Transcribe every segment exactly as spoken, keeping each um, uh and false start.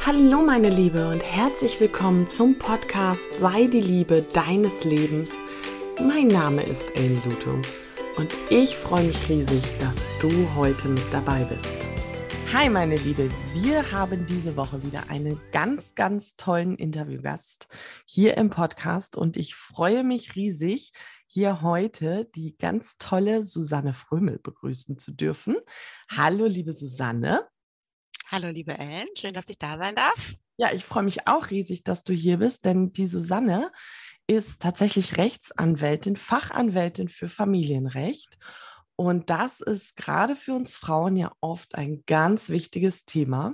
Hallo meine Liebe und herzlich willkommen zum Podcast Sei die Liebe deines Lebens. Mein Name ist Ellen Lutung und ich freue mich riesig, dass du heute mit dabei bist. Hi meine Liebe, wir haben diese Woche wieder einen ganz, ganz tollen Interviewgast hier im Podcast und ich freue mich riesig, hier heute die ganz tolle Susanne Frömel begrüßen zu dürfen. Hallo liebe Susanne. Hallo liebe Ellen, schön, dass ich da sein darf. Ja, ich freue mich auch riesig, dass du hier bist, denn die Susanne ist tatsächlich Rechtsanwältin, Fachanwältin für Familienrecht. Und das ist gerade für uns Frauen ja oft ein ganz wichtiges Thema.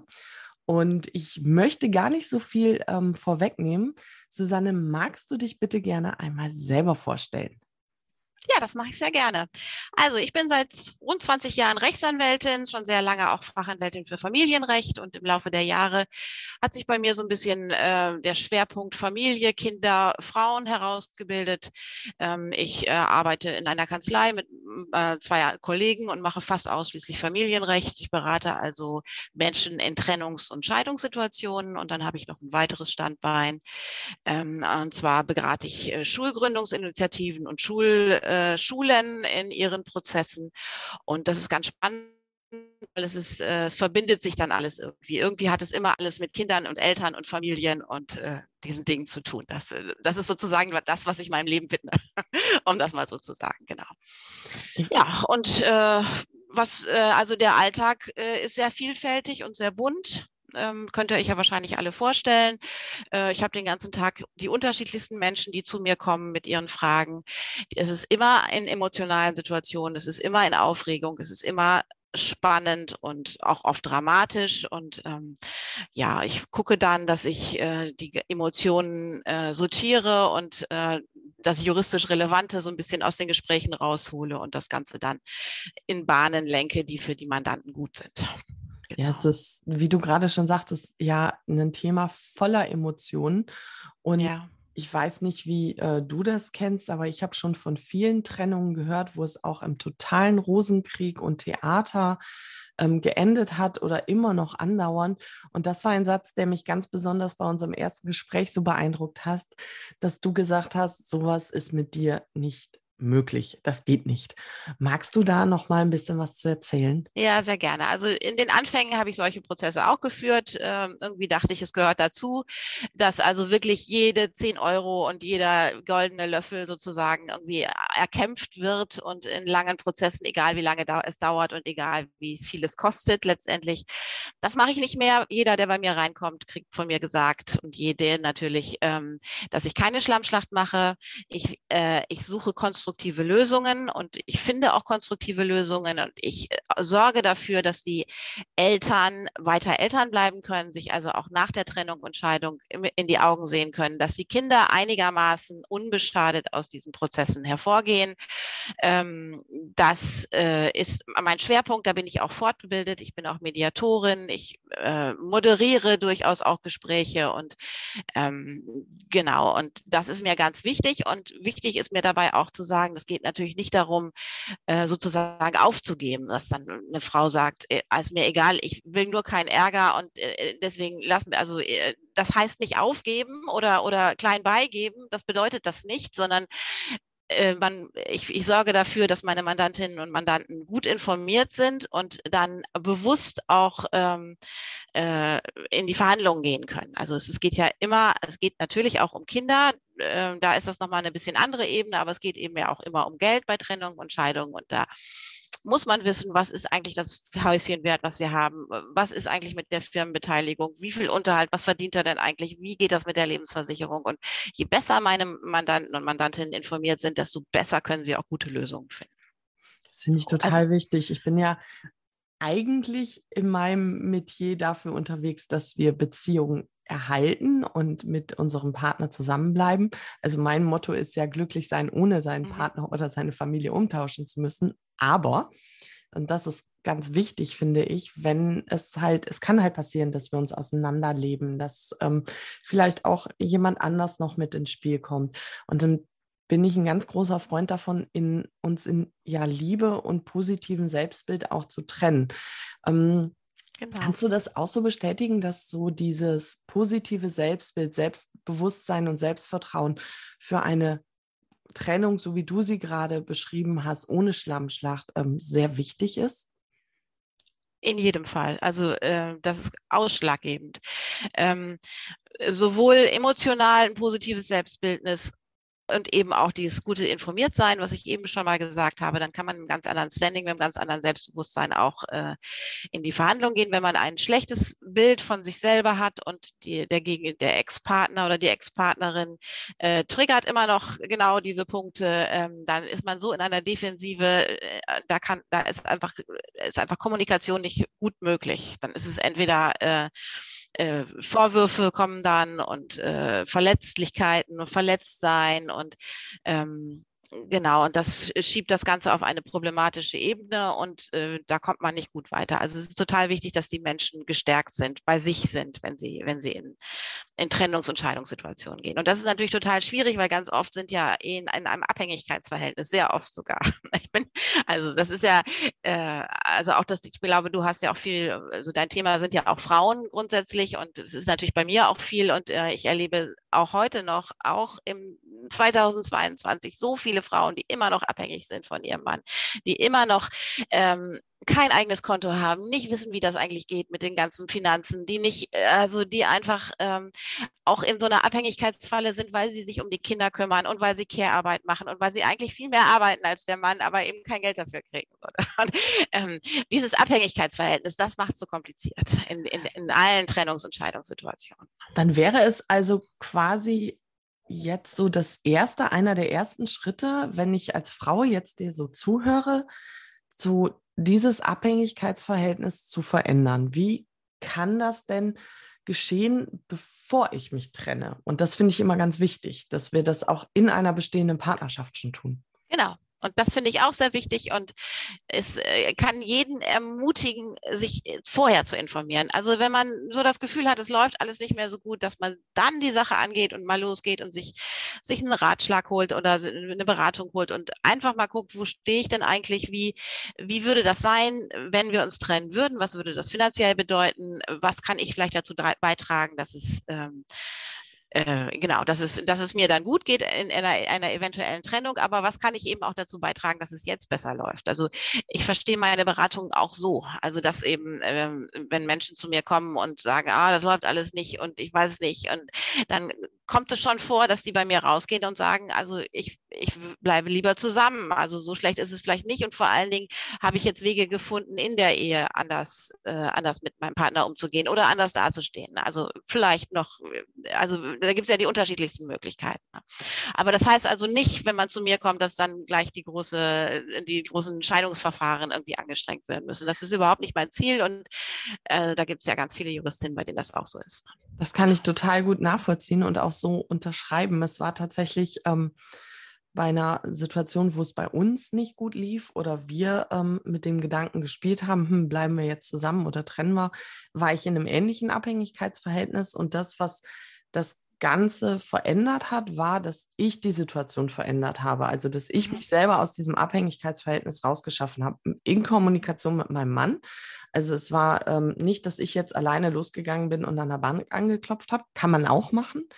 Und ich möchte gar nicht so viel ähm, vorwegnehmen. Susanne, magst du dich bitte gerne einmal selber vorstellen? Ja, das mache ich sehr gerne. Also ich bin seit rund zwanzig Jahren Rechtsanwältin, schon sehr lange auch Fachanwältin für Familienrecht und im Laufe der Jahre hat sich bei mir so ein bisschen äh, der Schwerpunkt Familie, Kinder, Frauen herausgebildet. Ähm, ich äh, arbeite in einer Kanzlei mit äh, zwei Kollegen und mache fast ausschließlich Familienrecht. Ich berate also Menschen in Trennungs- und Scheidungssituationen und dann habe ich noch ein weiteres Standbein. Ähm, und zwar berate ich äh, Schulgründungsinitiativen und Schul, äh, Schulen in ihren Prozessen. Und das ist ganz spannend, weil es ist, äh, es verbindet sich dann alles irgendwie. Irgendwie hat es immer alles mit Kindern und Eltern und Familien und äh, diesen Dingen zu tun. Das, äh, das ist sozusagen das, was ich meinem Leben widme, um das mal so zu sagen, genau. Ich Ja, und äh, was, äh, also der Alltag äh, ist sehr vielfältig und sehr bunt. Ähm, könnt ihr euch ja wahrscheinlich alle vorstellen. Äh, ich habe den ganzen Tag die unterschiedlichsten Menschen, die zu mir kommen mit ihren Fragen. Es ist immer in emotionalen Situationen, es ist immer in Aufregung, es ist immer spannend und auch oft dramatisch. Und ähm, ja, ich gucke dann, dass ich äh, die Emotionen äh, sortiere und äh, das juristisch Relevante so ein bisschen aus den Gesprächen raushole und das Ganze dann in Bahnen lenke, die für die Mandanten gut sind. Ja, es Genau. ist, wie du gerade schon sagtest, ja ein Thema voller Emotionen. Und Ja. ich weiß nicht, wie äh, du das kennst, aber ich habe schon von vielen Trennungen gehört, wo es auch im totalen Rosenkrieg und Theater ähm, geendet hat oder immer noch andauern. Und das war ein Satz, der mich ganz besonders bei unserem ersten Gespräch so beeindruckt hast, dass du gesagt hast, sowas ist mit dir nicht möglich. Das geht nicht. Magst du da noch mal ein bisschen was zu erzählen? Ja, sehr gerne. Also in den Anfängen habe ich solche Prozesse auch geführt. Ähm, irgendwie dachte ich, es gehört dazu, dass also wirklich jede zehn Euro und jeder goldene Löffel sozusagen irgendwie erkämpft wird und in langen Prozessen, egal wie lange da es dauert und egal wie viel es kostet letztendlich. Das mache ich nicht mehr. Jeder, der bei mir reinkommt, kriegt von mir gesagt und jede natürlich, ähm, dass ich keine Schlammschlacht mache. Ich, äh, ich suche konstruktive Lösungen und ich finde auch konstruktive Lösungen und ich äh, sorge dafür, dass die Eltern weiter Eltern bleiben können, sich also auch nach der Trennung und Scheidung in die Augen sehen können, dass die Kinder einigermaßen unbeschadet aus diesen Prozessen hervorgehen. Ähm, das äh, ist mein Schwerpunkt, da bin ich auch fortgebildet. Ich bin auch Mediatorin, ich äh, moderiere durchaus auch Gespräche und ähm, genau, und das ist mir ganz wichtig und wichtig ist mir dabei auch zu sagen, das geht natürlich nicht darum, äh, sozusagen aufzugeben, dass dann eine Frau sagt, äh, ist mir egal, ich will nur keinen Ärger und äh, deswegen lassen wir, also äh, das heißt nicht aufgeben oder, oder klein beigeben, das bedeutet das nicht, sondern äh, man, ich, ich sorge dafür, dass meine Mandantinnen und Mandanten gut informiert sind und dann bewusst auch ähm, äh, in die Verhandlungen gehen können. Also es, es geht ja immer, es geht natürlich auch um Kinder. Äh, da ist das nochmal eine bisschen andere Ebene, aber es geht eben ja auch immer um Geld bei Trennung und Scheidung. Und da muss man wissen, was ist eigentlich das Häuschen wert, was wir haben? Was ist eigentlich mit der Firmenbeteiligung? Wie viel Unterhalt? Was verdient er denn eigentlich? Wie geht das mit der Lebensversicherung? Und je besser meine Mandanten und Mandantinnen informiert sind, desto besser können sie auch gute Lösungen finden. Das finde ich Also, total wichtig. Ich bin ja eigentlich in meinem Metier dafür unterwegs, dass wir Beziehungen erhalten und mit unserem Partner zusammenbleiben. Also mein Motto ist ja glücklich sein, ohne seinen mhm. Partner oder seine Familie umtauschen zu müssen. Aber, und das ist ganz wichtig, finde ich, wenn es halt, es kann halt passieren, dass wir uns auseinanderleben, dass ähm, vielleicht auch jemand anders noch mit ins Spiel kommt. Und dann bin ich ein ganz großer Freund davon, in uns in ja Liebe und positivem Selbstbild auch zu trennen. Ähm, Genau. Kannst du das auch so bestätigen, dass so dieses positive Selbstbild, Selbstbewusstsein und Selbstvertrauen für eine Trennung, so wie du sie gerade beschrieben hast, ohne Schlammschlacht, ähm, sehr wichtig ist? In jedem Fall. Also äh, das ist ausschlaggebend. Ähm, sowohl emotional ein positives Selbstbildnis und eben auch dieses gute Informiertsein, was ich eben schon mal gesagt habe, dann kann man mit einem ganz anderen Standing, mit einem ganz anderen Selbstbewusstsein auch äh, in die Verhandlung gehen. Wenn man ein schlechtes Bild von sich selber hat und die, der, gegen, der Ex-Partner oder die Ex-Partnerin äh, triggert immer noch genau diese Punkte, ähm, dann ist man so in einer Defensive, äh, da kann, da ist einfach, ist einfach Kommunikation nicht gut möglich. Dann ist es entweder äh, äh, Vorwürfe kommen dann und äh, Verletzlichkeiten und Verletztsein und ähm, genau, und das schiebt das Ganze auf eine problematische Ebene und äh, da kommt man nicht gut weiter. Also es ist total wichtig, dass die Menschen gestärkt sind, bei sich sind, wenn sie, wenn sie in, in Trennungs- und Scheidungssituationen gehen. Und das ist natürlich total schwierig, weil ganz oft sind ja in, in einem Abhängigkeitsverhältnis, sehr oft sogar. Ich bin, also das ist ja, äh, also auch das, ich glaube, du hast ja auch viel, also dein Thema sind ja auch Frauen grundsätzlich und es ist natürlich bei mir auch viel und äh, ich erlebe auch heute noch, auch im zweitausendzweiundzwanzig, so viele Frauen, die immer noch abhängig sind von ihrem Mann, die immer noch ähm, kein eigenes Konto haben, nicht wissen, wie das eigentlich geht mit den ganzen Finanzen, die nicht, also die einfach ähm, auch in so einer Abhängigkeitsfalle sind, weil sie sich um die Kinder kümmern und weil sie Care-Arbeit machen und weil sie eigentlich viel mehr arbeiten als der Mann, aber eben kein Geld dafür kriegen. Und, ähm, dieses Abhängigkeitsverhältnis, das macht es so kompliziert in, in, in allen Trennungs- und Scheidungssituationen. Dann wäre es also quasi jetzt so das erste, einer der ersten Schritte, wenn ich als Frau jetzt dir so zuhöre, zu dieses Abhängigkeitsverhältnis zu verändern. Wie kann das denn geschehen, bevor ich mich trenne? Und das finde ich immer ganz wichtig, dass wir das auch in einer bestehenden Partnerschaft schon tun. Genau. Und das finde ich auch sehr wichtig und es äh, kann jeden ermutigen, sich vorher zu informieren. Also wenn man so das Gefühl hat, es läuft alles nicht mehr so gut, dass man dann die Sache angeht und mal losgeht und sich, sich einen Ratschlag holt oder eine Beratung holt und einfach mal guckt, wo stehe ich denn eigentlich, wie, wie würde das sein, wenn wir uns trennen würden, was würde das finanziell bedeuten, was kann ich vielleicht dazu beitragen, dass es ähm, Äh, genau, dass es, dass es mir dann gut geht in einer, einer eventuellen Trennung, aber was kann ich eben auch dazu beitragen, dass es jetzt besser läuft? Also ich verstehe meine Beratung auch so, also dass eben, ähm, wenn Menschen zu mir kommen und sagen, ah, das läuft alles nicht und ich weiß es nicht und dann kommt es schon vor, dass die bei mir rausgehen und sagen, also ich, ich bleibe lieber zusammen, also so schlecht ist es vielleicht nicht und vor allen Dingen habe ich jetzt Wege gefunden, in der Ehe anders, äh, anders mit meinem Partner umzugehen oder anders dazustehen. Also vielleicht noch, also da gibt es ja die unterschiedlichsten Möglichkeiten. Aber das heißt also nicht, wenn man zu mir kommt, dass dann gleich die große, die großen Scheidungsverfahren irgendwie angestrengt werden müssen. Das ist überhaupt nicht mein Ziel und äh, da gibt es ja ganz viele Juristinnen, bei denen das auch so ist. Das kann ich total gut nachvollziehen und auch so unterschreiben. Es war tatsächlich ähm, bei einer Situation, wo es bei uns nicht gut lief oder wir ähm, mit dem Gedanken gespielt haben, hm, bleiben wir jetzt zusammen oder trennen wir, war ich in einem ähnlichen Abhängigkeitsverhältnis und das, was das Ganze verändert hat, war, dass ich die Situation verändert habe. Also, dass ich mich selber aus diesem Abhängigkeitsverhältnis rausgeschaffen habe, in Kommunikation mit meinem Mann. Also, es war ähm, nicht, dass ich jetzt alleine losgegangen bin und an der Bank angeklopft habe. Kann man auch machen.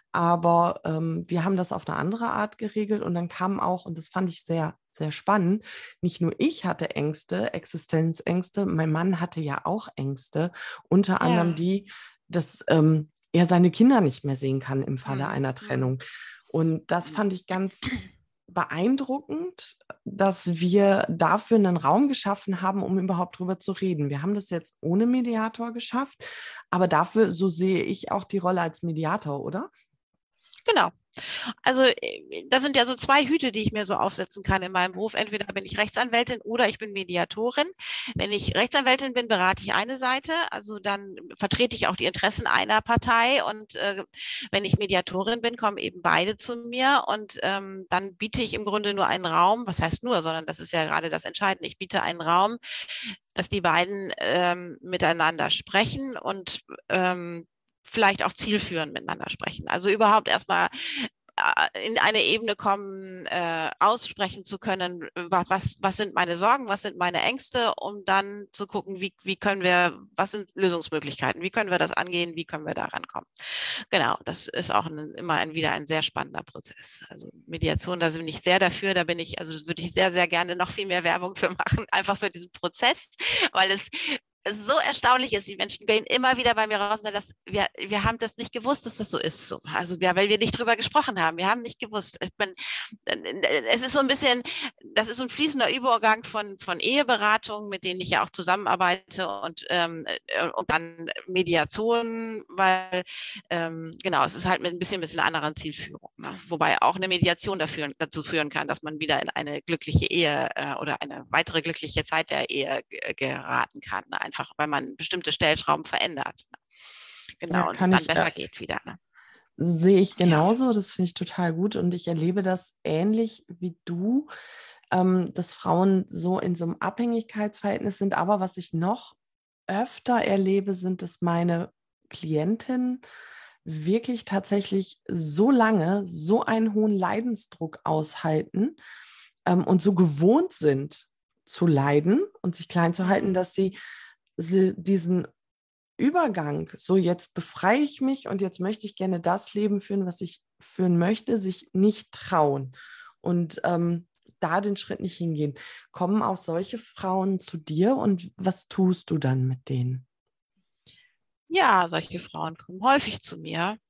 Aber ähm, wir haben das auf eine andere Art geregelt und dann kam auch, und das fand ich sehr, sehr spannend, nicht nur ich hatte Ängste, Existenzängste, mein Mann hatte ja auch Ängste, unter anderem Ja. die, dass ähm, er seine Kinder nicht mehr sehen kann im Falle Hm, einer hm, Trennung. Und das fand ich ganz beeindruckend, dass wir dafür einen Raum geschaffen haben, um überhaupt drüber zu reden. Wir haben das jetzt ohne Mediator geschafft, aber dafür, so sehe ich auch die Rolle als Mediator, oder? genau. Also das sind ja so zwei Hüte, die ich mir so aufsetzen kann in meinem Beruf. Entweder bin ich Rechtsanwältin oder ich bin Mediatorin. Wenn ich Rechtsanwältin bin, berate ich eine Seite, also dann vertrete ich auch die Interessen einer Partei und äh, wenn ich Mediatorin bin, kommen eben beide zu mir und ähm, dann biete ich im Grunde nur einen Raum, was heißt nur, sondern das ist ja gerade das Entscheidende, ich biete einen Raum, dass die beiden ähm, miteinander sprechen und ähm, vielleicht auch zielführend miteinander sprechen. Also überhaupt erstmal in eine Ebene kommen, äh, aussprechen zu können, was, was sind meine Sorgen, was sind meine Ängste, um dann zu gucken, wie, wie können wir, was sind Lösungsmöglichkeiten, wie können wir das angehen, wie können wir da rankommen. Genau, das ist auch ein, immer ein, wieder ein sehr spannender Prozess. Also Mediation, da bin ich sehr dafür, da bin ich, also das würde ich sehr, sehr gerne noch viel mehr Werbung für machen, einfach für diesen Prozess, weil es es so erstaunlich ist, die Menschen gehen immer wieder bei mir raus und sagen, dass wir, wir haben das nicht gewusst, dass das so ist. So. Also ja, weil wir nicht drüber gesprochen haben. Wir haben nicht gewusst. Es, man, es ist so ein bisschen, das ist so ein fließender Übergang von, von Eheberatungen, mit denen ich ja auch zusammenarbeite und, ähm, und dann Mediation, weil ähm, genau, es ist halt mit ein bisschen, bisschen einer anderen Zielführung. Ne? Wobei auch eine Mediation dafür, dazu führen kann, dass man wieder in eine glückliche Ehe äh, oder eine weitere glückliche Zeit der Ehe g- geraten kann. Ne? Einfach weil man bestimmte Stellschrauben verändert. Genau, Ja, und es kann dann ich, besser äh, geht wieder. Ne? sehe ich Ja. genauso. Das finde ich total gut und ich erlebe das ähnlich wie du, ähm, dass Frauen so in so einem Abhängigkeitsverhältnis sind. Aber was ich noch öfter erlebe, sind, dass meine Klientinnen wirklich tatsächlich so lange so einen hohen Leidensdruck aushalten ähm, und so gewohnt sind zu leiden und sich klein zu halten, Mhm. dass sie, sie diesen Übergang, so jetzt befreie ich mich und jetzt möchte ich gerne das Leben führen, was ich führen möchte, sich nicht trauen und ähm, da den Schritt nicht hingehen. Kommen auch solche Frauen zu dir und was tust du dann mit denen? Ja, solche Frauen kommen häufig zu mir.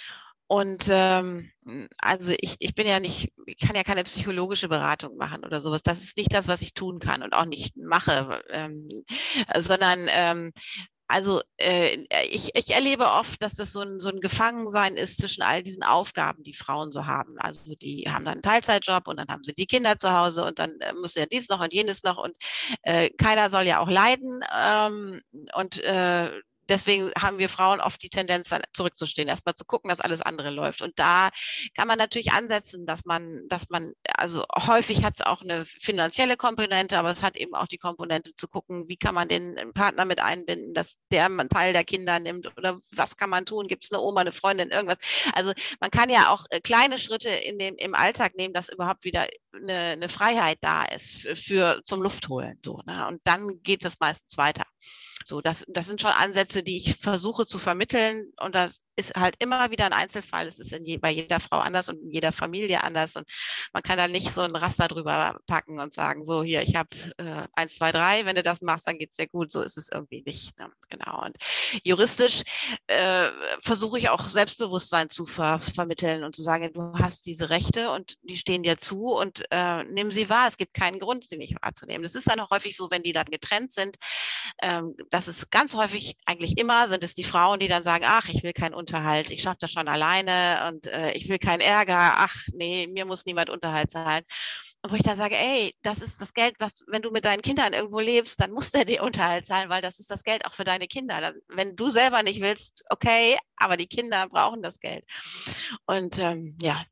Und ähm, also ich, ich bin ja nicht, ich kann ja keine psychologische Beratung machen oder sowas. Das ist nicht das, was ich tun kann und auch nicht mache, ähm, sondern ähm, also äh, ich, ich erlebe oft, dass das so ein, so ein Gefangensein ist zwischen all diesen Aufgaben, die Frauen so haben. Also die haben dann einen Teilzeitjob und dann haben sie die Kinder zu Hause und dann äh, muss ja dies noch und jenes noch und äh, keiner soll ja auch leiden. Ähm, und äh, Deswegen haben wir Frauen oft die Tendenz, dann zurückzustehen, erstmal zu gucken, dass alles andere läuft. Und da kann man natürlich ansetzen, dass man, dass man, also häufig hat es auch eine finanzielle Komponente, aber es hat eben auch die Komponente zu gucken, wie kann man den Partner mit einbinden, dass der einen Teil der Kinder nimmt oder was kann man tun? Gibt es eine Oma, eine Freundin, irgendwas? Also man kann ja auch kleine Schritte in dem, im Alltag nehmen, dass überhaupt wieder eine, eine Freiheit da ist für, für zum Luftholen. So, ne? Und dann geht es meistens weiter. So, das, das sind schon Ansätze, die ich versuche zu vermitteln. Und das ist halt immer wieder ein Einzelfall. Es ist in je, bei jeder Frau anders und in jeder Familie anders. Und man kann da nicht so ein Raster drüber packen und sagen, so hier, ich habe äh, eins, zwei, drei, wenn du das machst, dann geht's dir gut. So ist es irgendwie nicht. Ne? Genau. Und juristisch äh, versuche ich auch Selbstbewusstsein zu ver vermitteln und zu sagen, du hast diese Rechte und die stehen dir zu und äh, nimm sie wahr. Es gibt keinen Grund, sie nicht wahrzunehmen. Das ist dann auch häufig so, wenn die dann getrennt sind. Ähm, das ist ganz häufig, eigentlich immer, sind es die Frauen, die dann sagen, ach, ich will keinen Unterhalt, ich schaffe das schon alleine und äh, ich will keinen Ärger, ach nee, mir muss niemand Unterhalt zahlen. Und wo ich dann sage, ey, das ist das Geld, was, wenn du mit deinen Kindern irgendwo lebst, dann muss der dir Unterhalt zahlen, weil das ist das Geld auch für deine Kinder. Dann, wenn du selber nicht willst, okay, aber die Kinder brauchen das Geld. Und ähm, ja,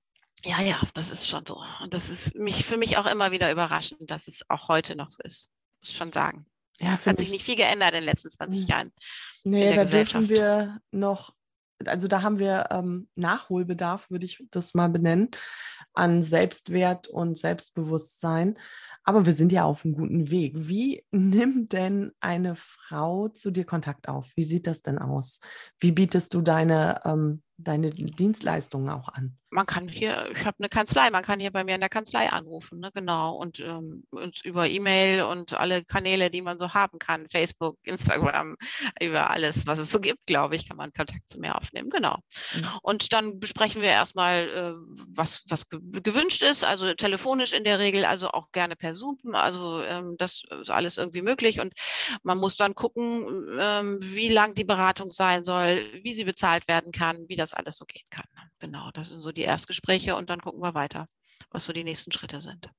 ja, ja, das ist schon so. Und das ist mich für mich auch immer wieder überraschend, dass es auch heute noch so ist. Muss schon sagen. Ja, Ja, hat finde sich nicht ich. viel geändert in den letzten zwanzig Jahren in Nee, der da dürfen Gesellschaft. wir noch, also da haben wir ähm, Nachholbedarf, würde ich das mal benennen, an Selbstwert und Selbstbewusstsein. Aber wir sind ja auf einem guten Weg. Wie nimmt denn eine Frau zu dir Kontakt auf? Wie sieht das denn aus? Wie bietest du deine, ähm, deine Dienstleistungen auch an? Man kann hier, ich habe eine Kanzlei, man kann hier bei mir in der Kanzlei anrufen, ne, genau. Und ähm, uns über E-Mail und alle Kanäle, die man so haben kann, Facebook, Instagram, über alles, was es so gibt, glaube ich, kann man Kontakt zu mir aufnehmen, genau. Und dann besprechen wir erstmal, äh, was, was ge gewünscht ist, also telefonisch in der Regel, also auch gerne per Zoom, also ähm, das ist alles irgendwie möglich. Und man muss dann gucken, ähm, wie lang die Beratung sein soll, wie sie bezahlt werden kann, wie das alles so gehen kann. Genau, das sind so die Erstgespräche und dann gucken wir weiter, was so die nächsten Schritte sind.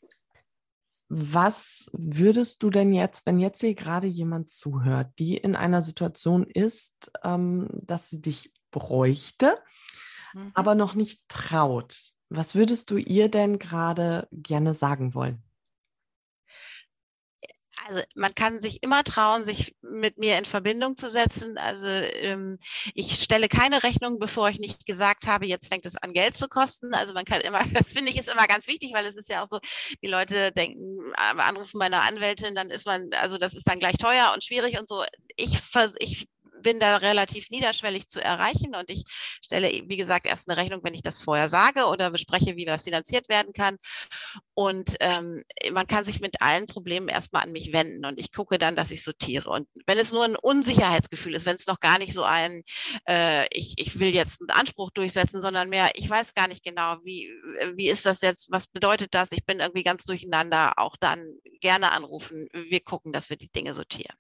Was würdest du denn jetzt, wenn jetzt hier gerade jemand zuhört, die in einer Situation ist, ähm, dass sie dich bräuchte, Mhm. aber noch nicht traut? Was würdest du ihr denn gerade gerne sagen wollen? Also man kann sich immer trauen, sich mit mir in Verbindung zu setzen. Also ähm, ich stelle keine Rechnung, bevor ich nicht gesagt habe, jetzt fängt es an, Geld zu kosten. Also man kann immer, das finde ich ist immer ganz wichtig, weil es ist ja auch so, die Leute denken, anrufen bei einer Anwältin, dann ist man, also das ist dann gleich teuer und schwierig und so. Ich, vers- ich bin da relativ niederschwellig zu erreichen und ich stelle, wie gesagt, erst eine Rechnung, wenn ich das vorher sage oder bespreche, wie das finanziert werden kann. Und ähm, man kann sich mit allen Problemen erstmal an mich wenden und ich gucke dann, dass ich sortiere. Und wenn es nur ein Unsicherheitsgefühl ist, wenn es noch gar nicht so ein, äh, ich, ich will jetzt einen Anspruch durchsetzen, sondern mehr, ich weiß gar nicht genau, wie, wie ist das jetzt, was bedeutet das, ich bin irgendwie ganz durcheinander, auch dann gerne anrufen. Wir gucken, dass wir die Dinge sortieren.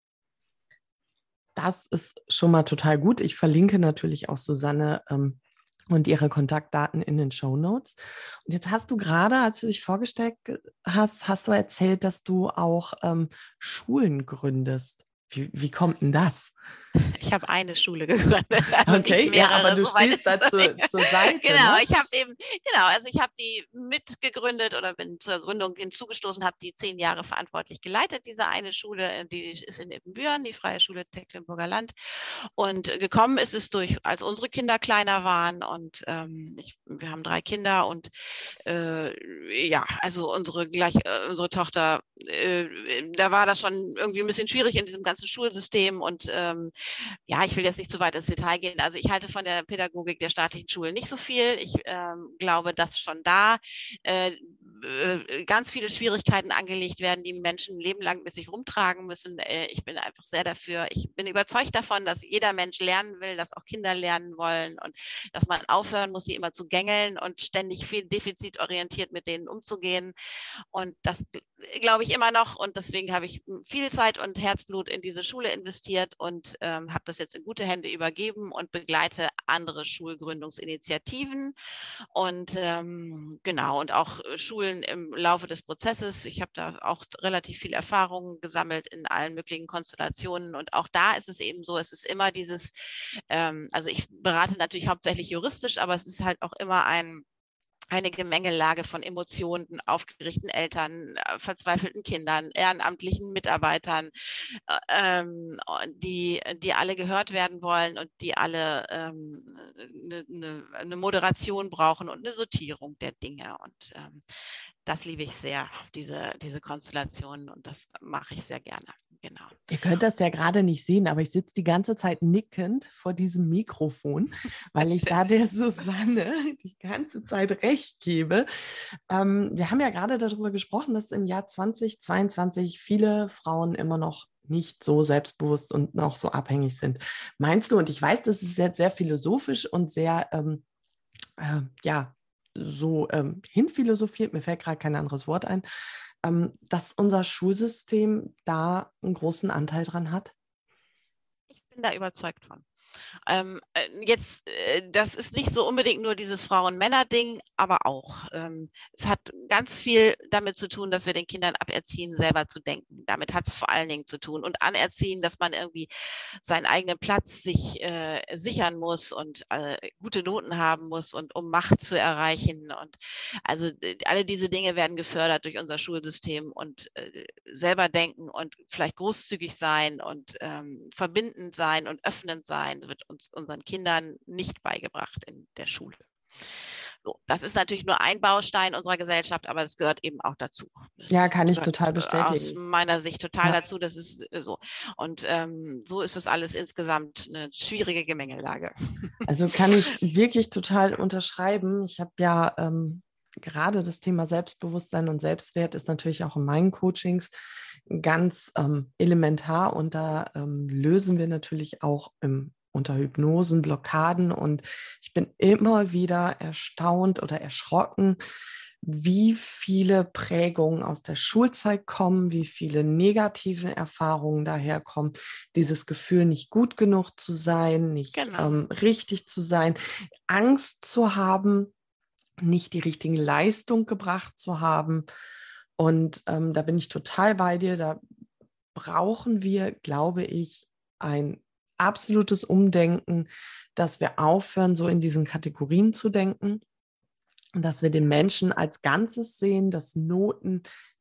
Das ist schon mal total gut. Ich verlinke natürlich auch Susanne ähm, und ihre Kontaktdaten in den Shownotes. Und jetzt hast du gerade, als du dich vorgestellt hast, hast du erzählt, dass du auch ähm, Schulen gründest. Wie, wie kommt denn das? Ich habe eine Schule gegründet, also okay, nicht mehrere. Ja, aber du so stehst da zur, zur Seite. Genau, ne? ich habe eben, genau, also ich habe die mitgegründet oder bin zur Gründung hinzugestoßen, habe die zehn Jahre verantwortlich geleitet, diese eine Schule, die ist in Ibbenbüren, die Freie Schule Tecklenburger Land. Und gekommen ist es durch, als unsere Kinder kleiner waren und ähm, ich, wir haben drei Kinder und äh, ja, also unsere gleich, äh, unsere Tochter, äh, da war das schon irgendwie ein bisschen schwierig in diesem ganzen Schulsystem und ähm, ja, ich will jetzt nicht zu weit ins Detail gehen. Also ich halte von der Pädagogik der staatlichen Schulen nicht so viel. Ich ähm, glaube, dass schon da äh, äh, ganz viele Schwierigkeiten angelegt werden, die Menschen ein Leben lang mit sich rumtragen müssen. Äh, ich bin einfach sehr dafür. Ich bin überzeugt davon, dass jeder Mensch lernen will, dass auch Kinder lernen wollen und dass man aufhören muss, die immer zu gängeln und ständig viel defizitorientiert mit denen umzugehen. Und das glaube ich immer noch. Und deswegen habe ich viel Zeit und Herzblut in diese Schule investiert und ähm, habe das jetzt in gute Hände übergeben und begleite andere Schulgründungsinitiativen und ähm, genau und auch Schulen im Laufe des Prozesses. Ich habe da auch relativ viel Erfahrung gesammelt in allen möglichen Konstellationen und auch da ist es eben so, es ist immer dieses, ähm, also ich berate natürlich hauptsächlich juristisch, aber es ist halt auch immer ein eine Gemengelage von Emotionen, aufgeregten Eltern, verzweifelten Kindern, ehrenamtlichen Mitarbeitern, ähm, die, die alle gehört werden wollen und die alle ähm, eine, eine, eine Moderation brauchen und eine Sortierung der Dinge. Und ähm, das liebe ich sehr, diese, diese Konstellationen und das mache ich sehr gerne. Genau. Ihr könnt das ja gerade nicht sehen, aber ich sitze die ganze Zeit nickend vor diesem Mikrofon, weil ich da der Susanne die ganze Zeit recht gebe. Ähm, wir haben ja gerade darüber gesprochen, dass im Jahr zweitausendzweiundzwanzig viele Frauen immer noch nicht so selbstbewusst und noch so abhängig sind. Meinst du, und ich weiß, das ist jetzt sehr philosophisch und sehr, ähm, äh, ja, so ähm, hinphilosophiert, mir fällt gerade kein anderes Wort ein, ähm, dass unser Schulsystem da einen großen Anteil dran hat? Ich bin da überzeugt von. Ähm, äh, jetzt, äh, das ist nicht so unbedingt nur dieses Frauen-Männer-Ding, aber auch. Ähm, es hat ganz viel damit zu tun, dass wir den Kindern aberziehen, selber zu denken. Damit hat es vor allen Dingen zu tun. Und anerziehen, dass man irgendwie seinen eigenen Platz sich äh, sichern muss und äh, gute Noten haben muss und um Macht zu erreichen. Und also äh, alle diese Dinge werden gefördert durch unser Schulsystem und äh, selber denken und vielleicht großzügig sein und ähm, verbindend sein und öffnend sein wird uns unseren Kindern nicht beigebracht in der Schule. So, das ist natürlich nur ein Baustein unserer Gesellschaft, aber das gehört eben auch dazu. Das ja, kann ich total bestätigen. Aus meiner Sicht total ja. dazu. Das ist so. Und ähm, so ist es alles insgesamt eine schwierige Gemengelage. Also kann ich wirklich total unterschreiben. Ich habe ja ähm, gerade das Thema Selbstbewusstsein und Selbstwert ist natürlich auch in meinen Coachings ganz ähm, elementar und da ähm, lösen wir natürlich auch im unter Hypnosen, Blockaden und ich bin immer wieder erstaunt oder erschrocken, wie viele Prägungen aus der Schulzeit kommen, wie viele negative Erfahrungen daherkommen, dieses Gefühl, nicht gut genug zu sein, nicht Genau. ähm, richtig zu sein, Angst zu haben, nicht die richtige Leistung gebracht zu haben. Und ähm, da bin ich total bei dir, da brauchen wir, glaube ich, ein absolutes Umdenken, dass wir aufhören, so in diesen Kategorien zu denken und dass wir den Menschen als Ganzes sehen, dass Noten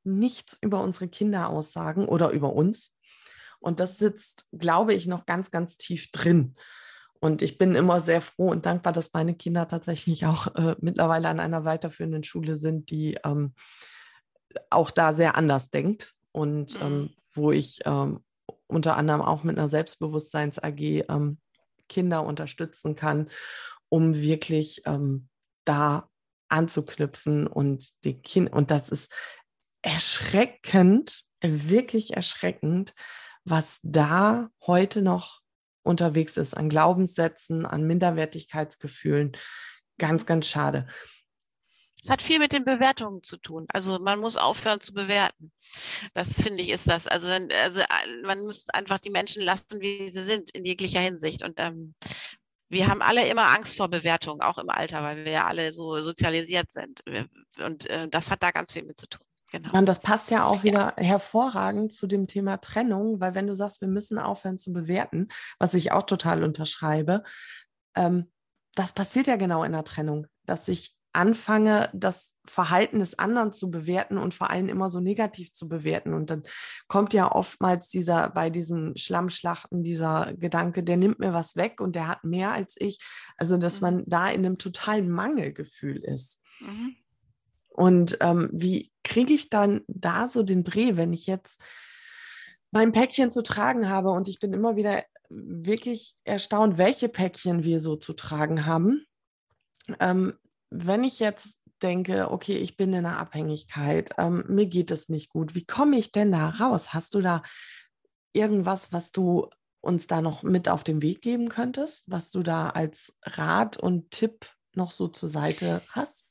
nichts über unsere Kinder aussagen oder über uns. Und das sitzt, glaube ich, noch ganz, ganz tief drin. Und ich bin immer sehr froh und dankbar, dass meine Kinder tatsächlich auch äh, mittlerweile an einer weiterführenden Schule sind, die ähm, auch da sehr anders denkt und Mhm. ähm, wo ich ähm, unter anderem auch mit einer Selbstbewusstseins-A G ähm, Kinder unterstützen kann, um wirklich ähm, da anzuknüpfen und die Kinder, und das ist erschreckend, wirklich erschreckend, was da heute noch unterwegs ist an Glaubenssätzen, an Minderwertigkeitsgefühlen. Ganz, ganz schade. Es hat viel mit den Bewertungen zu tun. Also man muss aufhören zu bewerten. Das finde ich ist das. Also, wenn, also man muss einfach die Menschen lassen, wie sie sind, in jeglicher Hinsicht. Und ähm, wir haben alle immer Angst vor Bewertung, auch im Alter, weil wir ja alle so sozialisiert sind. Und äh, das hat da ganz viel mit zu tun. Genau. Und das passt ja auch wieder ja. hervorragend zu dem Thema Trennung, weil wenn du sagst, wir müssen aufhören zu bewerten, was ich auch total unterschreibe, ähm, das passiert ja genau in der Trennung, dass ich anfange, das Verhalten des anderen zu bewerten und vor allem immer so negativ zu bewerten. Und dann kommt ja oftmals dieser, bei diesen Schlammschlachten, dieser Gedanke, der nimmt mir was weg und der hat mehr als ich. Also, dass Mhm. man da in einem totalen Mangelgefühl ist. Mhm. Und ähm, wie kriege ich dann da so den Dreh, wenn ich jetzt mein Päckchen zu tragen habe? Und ich bin immer wieder wirklich erstaunt, welche Päckchen wir so zu tragen haben. Ähm, wenn ich jetzt denke, okay, ich bin in einer Abhängigkeit, ähm, mir geht es nicht gut, wie komme ich denn da raus? Hast du da irgendwas, was du uns da noch mit auf den Weg geben könntest, was du da als Rat und Tipp noch so zur Seite hast?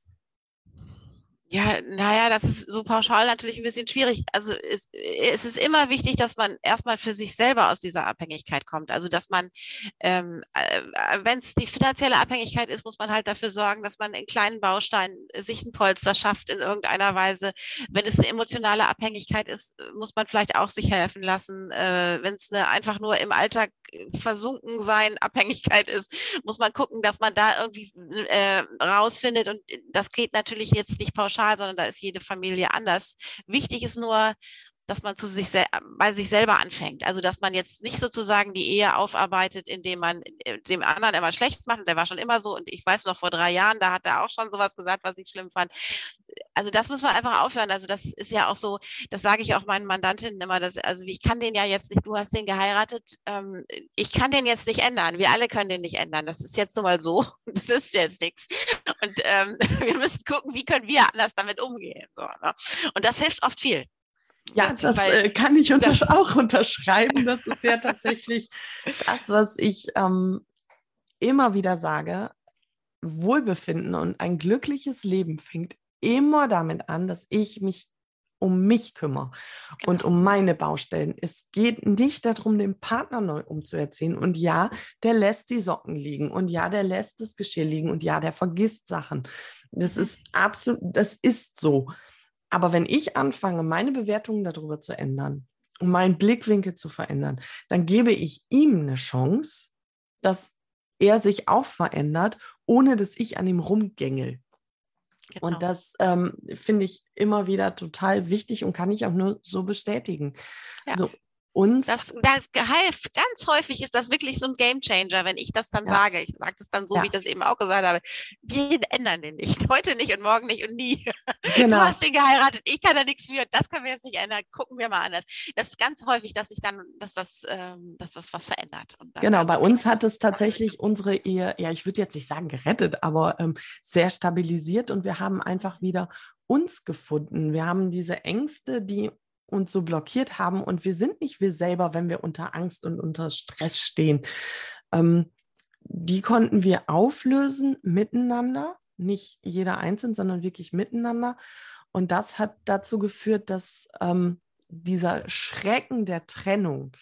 Ja, naja, das ist so pauschal natürlich ein bisschen schwierig. Also es, es ist immer wichtig, dass man erstmal für sich selber aus dieser Abhängigkeit kommt. Also dass man, ähm, äh, wenn es die finanzielle Abhängigkeit ist, muss man halt dafür sorgen, dass man in kleinen Bausteinen sich ein Polster schafft in irgendeiner Weise. Wenn es eine emotionale Abhängigkeit ist, muss man vielleicht auch sich helfen lassen. Äh, wenn es eine einfach nur im Alltag versunken sein Abhängigkeit ist, muss man gucken, dass man da irgendwie äh, rausfindet. Und das geht natürlich jetzt nicht pauschal, sondern da ist jede Familie anders. Wichtig ist nur, dass man zu sich bei sich selber anfängt. Also dass man jetzt nicht sozusagen die Ehe aufarbeitet, indem man dem anderen immer schlecht macht. Und der war schon immer so. Und ich weiß noch, vor drei Jahren, da hat er auch schon sowas gesagt, was ich schlimm fand. Also das muss man einfach aufhören. Also das ist ja auch so, das sage ich auch meinen Mandantinnen immer, dass, also ich kann den ja jetzt nicht, du hast den geheiratet, ähm, ich kann den jetzt nicht ändern. Wir alle können den nicht ändern. Das ist jetzt nun mal so. Das ist jetzt nichts. Und ähm, wir müssen gucken, wie können wir anders damit umgehen. So, ne? Und das hilft oft viel. Ja, das, das äh, kann ich untersch das, auch unterschreiben. Das ist ja tatsächlich das, was ich ähm, immer wieder sage. Wohlbefinden und ein glückliches Leben fängt immer damit an, dass ich mich um mich kümmere genau. und um meine Baustellen. Es geht nicht darum, den Partner neu umzuerziehen. Und ja, der lässt die Socken liegen. Und ja, der lässt das Geschirr liegen. Und ja, der vergisst Sachen. Das mhm. ist absolut, das ist so. Aber wenn ich anfange, meine Bewertungen darüber zu ändern, um meinen Blickwinkel zu verändern, dann gebe ich ihm eine Chance, dass er sich auch verändert, ohne dass ich an ihm rumgängel. Genau. Und das ähm, finde ich immer wieder total wichtig und kann ich auch nur so bestätigen. Ja. So, uns das, das ganz häufig ist das wirklich so ein Gamechanger, wenn ich das dann ja. sage. Ich sage das dann so, ja. wie ich das eben auch gesagt habe. Wir ändern den nicht. Heute nicht und morgen nicht und nie. Genau. Du hast den geheiratet, ich kann da nichts für. Das können wir jetzt nicht ändern. Gucken wir mal anders. Das ist ganz häufig, dass sich dann, dass das, ähm, dass das was verändert. Und genau, also bei uns hat es tatsächlich unsere Ehe, ja, ich würde jetzt nicht sagen gerettet, aber ähm, sehr stabilisiert und wir haben einfach wieder uns gefunden. Wir haben diese Ängste, die uns so blockiert haben und wir sind nicht wir selber, wenn wir unter Angst und unter Stress stehen. Ähm, die konnten wir auflösen miteinander, nicht jeder einzeln, sondern wirklich miteinander. Und das hat dazu geführt, dass ähm, dieser Schrecken der Trennung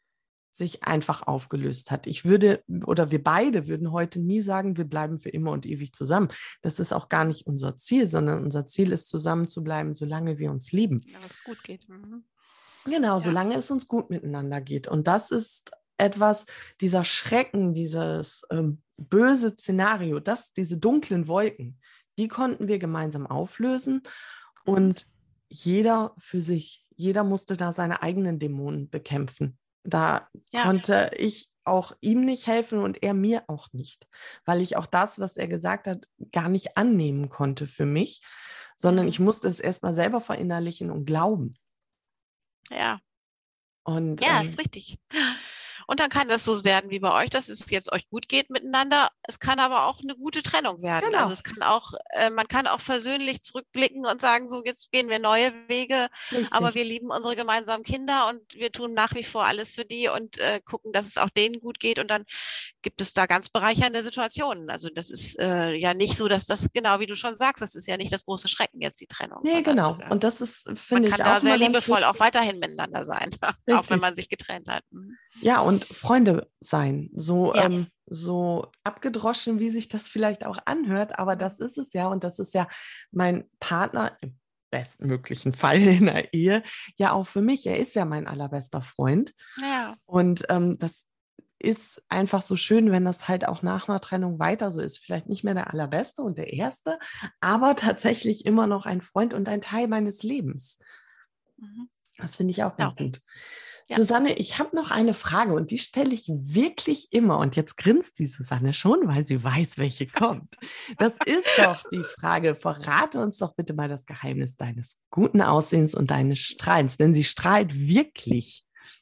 sich einfach aufgelöst hat. Ich würde, oder wir beide würden heute nie sagen, wir bleiben für immer und ewig zusammen. Das ist auch gar nicht unser Ziel, sondern unser Ziel ist, zusammen zu bleiben, solange wir uns lieben. Ja, was gut geht. Mhm. Genau, Ja. solange es uns gut miteinander geht. Und das ist etwas, dieser Schrecken, dieses ähm, böse Szenario, das, diese dunklen Wolken, die konnten wir gemeinsam auflösen. Und jeder für sich. Jeder musste da seine eigenen Dämonen bekämpfen. Da ja. konnte ich auch ihm nicht helfen und er mir auch nicht, weil ich auch das, was er gesagt hat, gar nicht annehmen konnte für mich, sondern mhm. ich musste es erstmal selber verinnerlichen und glauben. Ja. Und, ja, ähm, ist richtig. Und dann kann das so werden wie bei euch, dass es jetzt euch gut geht miteinander. Es kann aber auch eine gute Trennung werden. Genau. Also es kann auch, äh, man kann auch versöhnlich zurückblicken und sagen, so jetzt gehen wir neue Wege, Richtig. aber wir lieben unsere gemeinsamen Kinder und wir tun nach wie vor alles für die und äh, gucken, dass es auch denen gut geht. Und dann gibt es da ganz bereichernde Situationen. Also das ist äh, ja nicht so, dass das, genau wie du schon sagst, das ist ja nicht das große Schrecken jetzt, die Trennung. Nee, sondern, genau. äh, Und das ist, finde ich, auch man kann da sehr ganz liebevoll wichtig. auch weiterhin miteinander sein, auch wenn man sich getrennt hat. Mhm. Ja, und Freunde sein, so, Ja. ähm, so abgedroschen, wie sich das vielleicht auch anhört, aber das ist es ja und das ist ja mein Partner im bestmöglichen Fall in der Ehe, ja auch für mich, er ist ja mein allerbester Freund Ja. und ähm, das ist einfach so schön, wenn das halt auch nach einer Trennung weiter so ist, vielleicht nicht mehr der allerbeste und der erste, aber tatsächlich immer noch ein Freund und ein Teil meines Lebens. Mhm. Das finde ich auch ganz ja. gut. Ja. Susanne, ich habe noch eine Frage und die stelle ich wirklich immer. Und jetzt grinst die Susanne schon, weil sie weiß, welche kommt. Das ist doch die Frage, verrate uns doch bitte mal das Geheimnis deines guten Aussehens und deines Strahlens, denn sie strahlt wirklich.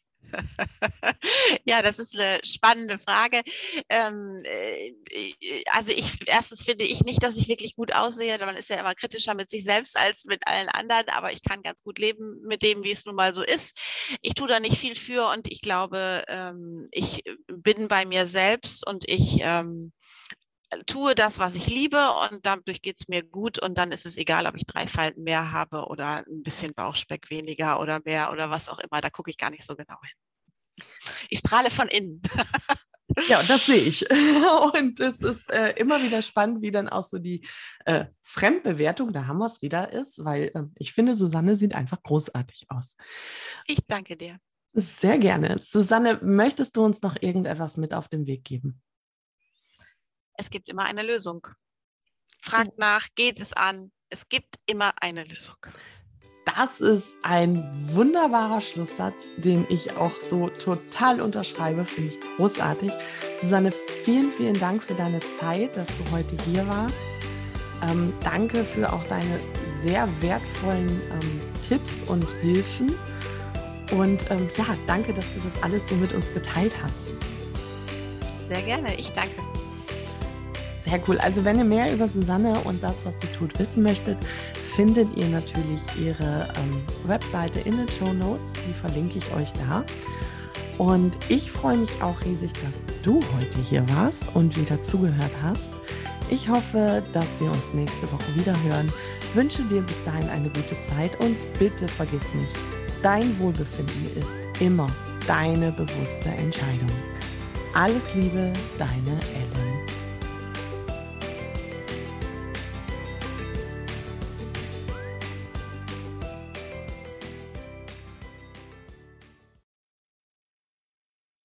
Ja, das ist eine spannende Frage. Ähm, also ich, erstens finde ich nicht, dass ich wirklich gut aussehe. Man ist ja immer kritischer mit sich selbst als mit allen anderen, aber ich kann ganz gut leben mit dem, wie es nun mal so ist. Ich tue da nicht viel für und ich glaube, ähm, ich bin bei mir selbst und ich ähm, tue das, was ich liebe und dadurch geht es mir gut und dann ist es egal, ob ich drei Falten mehr habe oder ein bisschen Bauchspeck weniger oder mehr oder was auch immer. Da gucke ich gar nicht so genau hin. Ich strahle von innen. Ja, das sehe ich. Und es ist äh, immer wieder spannend, wie dann auch so die äh, Fremdbewertung, da haben wir es wieder, ist, weil äh, ich finde, Susanne sieht einfach großartig aus. Ich danke dir. Sehr gerne. Susanne, möchtest du uns noch irgendetwas mit auf den Weg geben? Es gibt immer eine Lösung. Fragt nach, geht es an. Es gibt immer eine Lösung. Das ist ein wunderbarer Schlusssatz, den ich auch so total unterschreibe, finde ich großartig. Susanne, vielen, vielen Dank für deine Zeit, dass du heute hier warst. Ähm, danke für auch deine sehr wertvollen ähm, Tipps und Hilfen. Und ähm, ja, danke, dass du das alles so mit uns geteilt hast. Sehr gerne, ich danke. Sehr cool. Also wenn ihr mehr über Susanne und das, was sie tut, wissen möchtet, findet ihr natürlich ihre ähm, Webseite in den Shownotes. Die verlinke ich euch da. Und ich freue mich auch riesig, dass du heute hier warst und wieder zugehört hast. Ich hoffe, dass wir uns nächste Woche wieder hören. Wünsche dir bis dahin eine gute Zeit und bitte vergiss nicht, dein Wohlbefinden ist immer deine bewusste Entscheidung. Alles Liebe, deine Ellen.